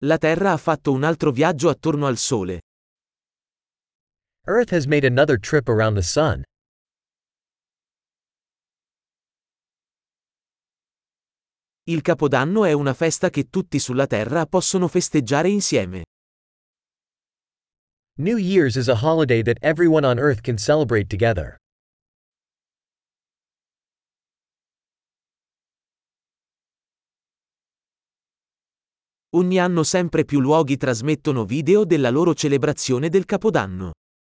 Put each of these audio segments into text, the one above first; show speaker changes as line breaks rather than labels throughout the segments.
La Terra ha fatto un altro viaggio attorno al Sole.
Earth has made another trip around the sun.
Il Capodanno è una festa che tutti sulla Terra possono festeggiare insieme.
New Year's is a holiday that everyone on Earth can celebrate together.
Ogni anno sempre più luoghi trasmettono video della loro celebrazione del Capodanno.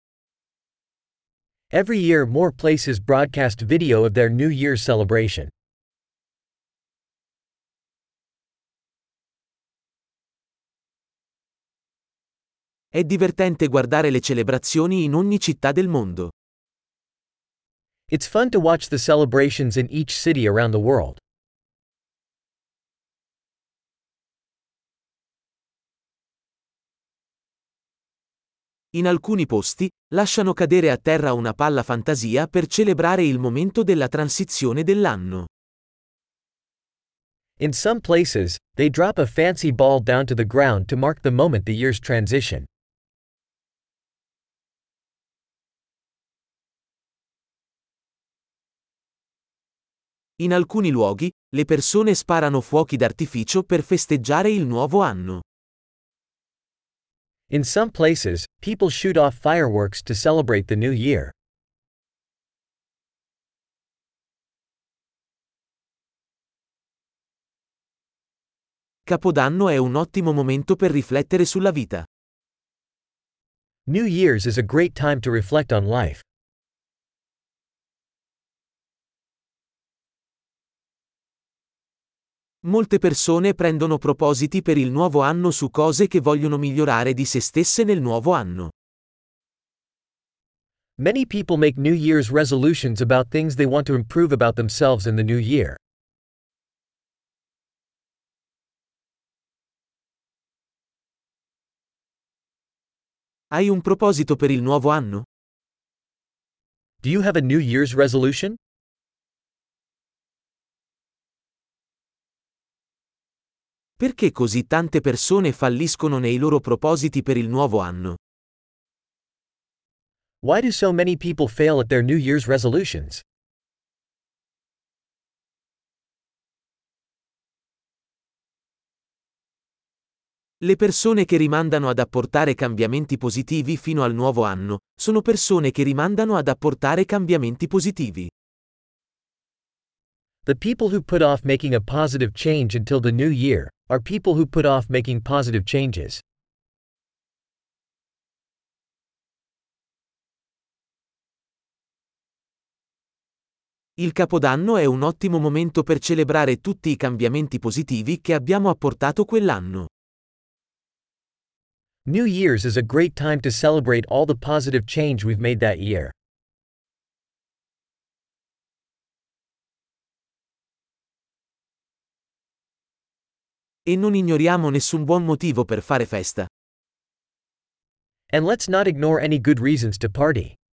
Every year more places broadcast video of their New Year's celebration.
È divertente guardare le celebrazioni in ogni città del mondo.
It's fun to watch the celebrations in each city around the world.
In alcuni posti, lasciano cadere a terra una palla fantasia per celebrare il momento della transizione dell'anno.
In some places, they drop a fancy ball down to the ground to mark the moment the year's transition.
In alcuni luoghi, le persone sparano fuochi d'artificio per festeggiare il nuovo anno.
In some places, people shoot off fireworks to celebrate the new year.
Capodanno è un ottimo momento per riflettere sulla vita.
New Year's is a great time to reflect on life.
Molte persone prendono propositi per il nuovo anno su cose che vogliono migliorare di se stesse nel nuovo anno.
Many people make New Year's resolutions about things they want to improve about themselves in the new year.
Hai un proposito per il nuovo anno?
Do you have a New Year's resolution?
Perché così tante persone falliscono nei loro propositi per il nuovo anno?
Why do so many people fail at their New Year's resolutions?
Le persone che rimandano ad apportare cambiamenti positivi fino al nuovo anno, sono persone che rimandano ad apportare cambiamenti positivi.
The people who put off making a positive change until the new year are people who put off making positive changes.
Il Capodanno è un ottimo momento per celebrare tutti i cambiamenti positivi che abbiamo apportato quell'anno.
New Year's is a great time to celebrate all the positive change we've made that year.
E non ignoriamo nessun buon motivo per fare festa.
And let's not ignore any good reasons to party.